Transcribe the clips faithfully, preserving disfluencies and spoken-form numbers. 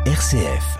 R C F.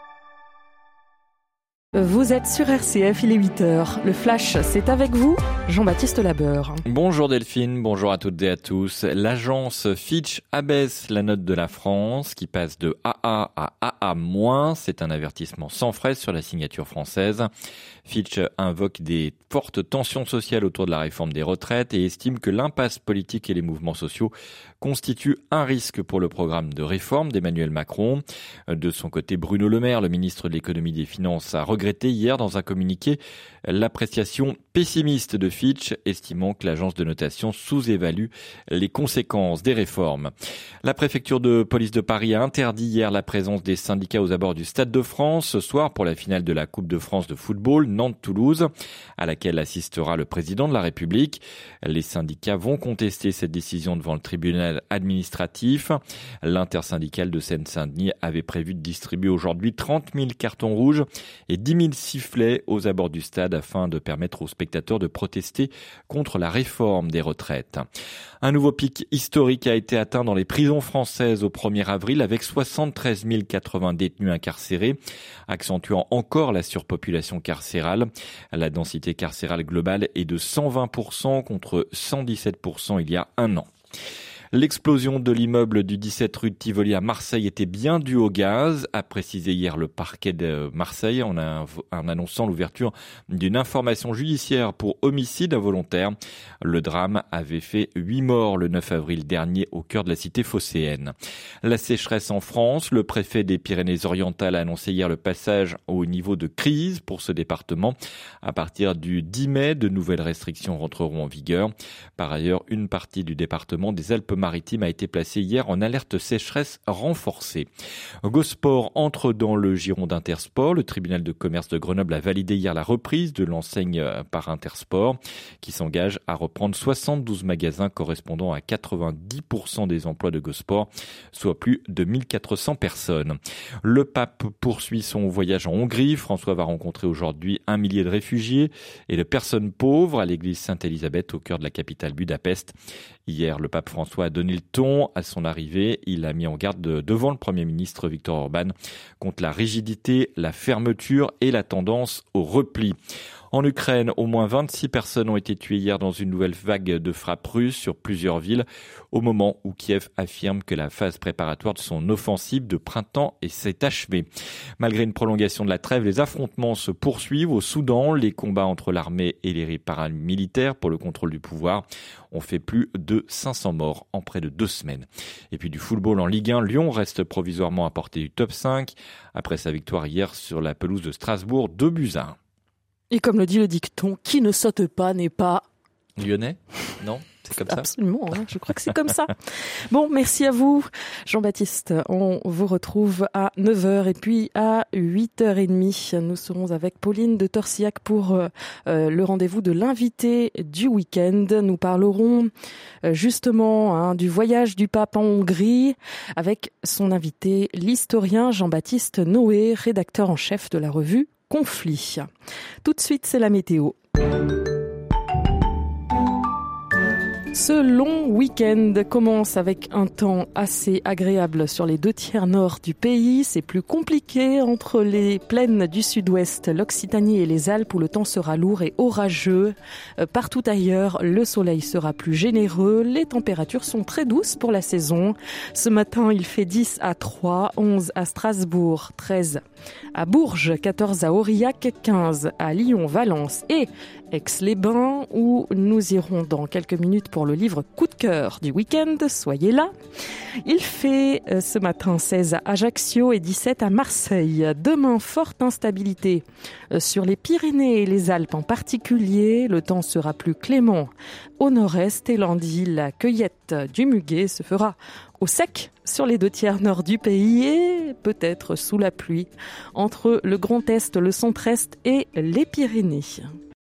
Vous êtes sur R C F, il est huit heures. Le Flash, c'est avec vous, Jean-Baptiste Labeur. Bonjour Delphine, bonjour à toutes et à tous. L'agence Fitch abaisse la note de la France qui passe de A A à A A-. C'est un avertissement sans frais sur la signature française. Fitch invoque des fortes tensions sociales autour de la réforme des retraites et estime que l'impasse politique et les mouvements sociaux constituent un risque pour le programme de réforme d'Emmanuel Macron. De son côté, Bruno Le Maire, le ministre de l'économie et des finances, a regretté hier dans un communiqué l'appréciation pessimiste de Fitch, estimant que l'agence de notation sous-évalue les conséquences des réformes. La préfecture de police de Paris a interdit hier la présence des syndicats aux abords du Stade de France ce soir pour la finale de la Coupe de France de football Nantes-Toulouse, à laquelle assistera le président de la République. Les syndicats vont contester cette décision devant le tribunal administratif. L'intersyndicale de Seine-Saint-Denis avait prévu de distribuer aujourd'hui trente mille cartons rouges et dix mille sifflets aux abords du stade afin de permettre aux spectateurs de protester contre la réforme des retraites. Un nouveau pic historique a été atteint dans les prisons françaises au premier avril avec soixante-treize mille quatre-vingts détenus incarcérés, accentuant encore la surpopulation carcérale. La densité carcérale globale est de cent vingt pour cent contre cent dix-sept pour cent il y a un an. L'explosion de l'immeuble du dix-sept rue de Tivoli à Marseille était bien due au gaz, a précisé hier le parquet de Marseille en, en annonçant l'ouverture d'une information judiciaire pour homicide involontaire. Le drame avait fait huit morts le neuf avril dernier au cœur de la cité phocéenne. La sécheresse en France, le préfet des Pyrénées-Orientales a annoncé hier le passage au niveau de crise pour ce département. À partir du dix mai, de nouvelles restrictions rentreront en vigueur. Par ailleurs, une partie du département des Alpes maritime a été placé hier en alerte sécheresse renforcée. Gosport entre dans le giron d'Intersport. Le tribunal de commerce de Grenoble a validé hier la reprise de l'enseigne par Intersport qui s'engage à reprendre soixante-douze magasins correspondant à quatre-vingt-dix pour cent des emplois de Gosport, soit plus de mille quatre cents personnes. Le pape poursuit son voyage en Hongrie. François va rencontrer aujourd'hui un millier de réfugiés et de personnes pauvres à l'église Sainte-Élisabeth au cœur de la capitale Budapest. Hier, le pape François a donné le ton à son arrivée. Il a mis en garde de, devant le Premier ministre Viktor Orban contre la rigidité, la fermeture et la tendance au repli. En Ukraine, au moins vingt-six personnes ont été tuées hier dans une nouvelle vague de frappes russes sur plusieurs villes, au moment où Kiev affirme que la phase préparatoire de son offensive de printemps s'est achevée. Malgré une prolongation de la trêve, les affrontements se poursuivent au Soudan. Les combats entre l'armée et les paramilitaires pour le contrôle du pouvoir ont fait plus de cinq cents morts en près de deux semaines. Et puis du football en Ligue un, Lyon reste provisoirement à portée du top cinq après sa victoire hier sur la pelouse de Strasbourg, deux buts à un. Et comme le dit le dicton, qui ne saute pas n'est pas... Lyonnais ? Non ? C'est comme ça ? Absolument, hein, je crois que c'est comme ça. Bon, merci à vous, Jean-Baptiste. On vous retrouve à neuf heures et puis à huit heures trente. Nous serons avec Pauline de Torsiac pour euh, le rendez-vous de l'invité du week-end. Nous parlerons euh, justement hein, du voyage du pape en Hongrie avec son invité, l'historien Jean-Baptiste Noé, rédacteur en chef de la revue Conflit. Tout de suite, c'est la météo. Ce long week-end commence avec un temps assez agréable sur les deux tiers nord du pays. C'est plus compliqué entre les plaines du sud-ouest, l'Occitanie et les Alpes où le temps sera lourd et orageux. Partout ailleurs, le soleil sera plus généreux. Les températures sont très douces pour la saison. Ce matin, il fait dix à Troyes, onze à Strasbourg, treize à Bourges, quatorze à Aurillac, quinze à Lyon, Valence et Aix-les-Bains où nous irons dans quelques minutes pour le livre Coup de cœur du week-end. Soyez là. Il fait ce matin seize à Ajaccio et dix-sept à Marseille. Demain, forte instabilité sur les Pyrénées et les Alpes en particulier. Le temps sera plus clément au nord-est et lundi, la cueillette du muguet se fera au sec sur les deux tiers nord du pays et peut-être sous la pluie entre le Grand Est, le Centre-Est et les Pyrénées.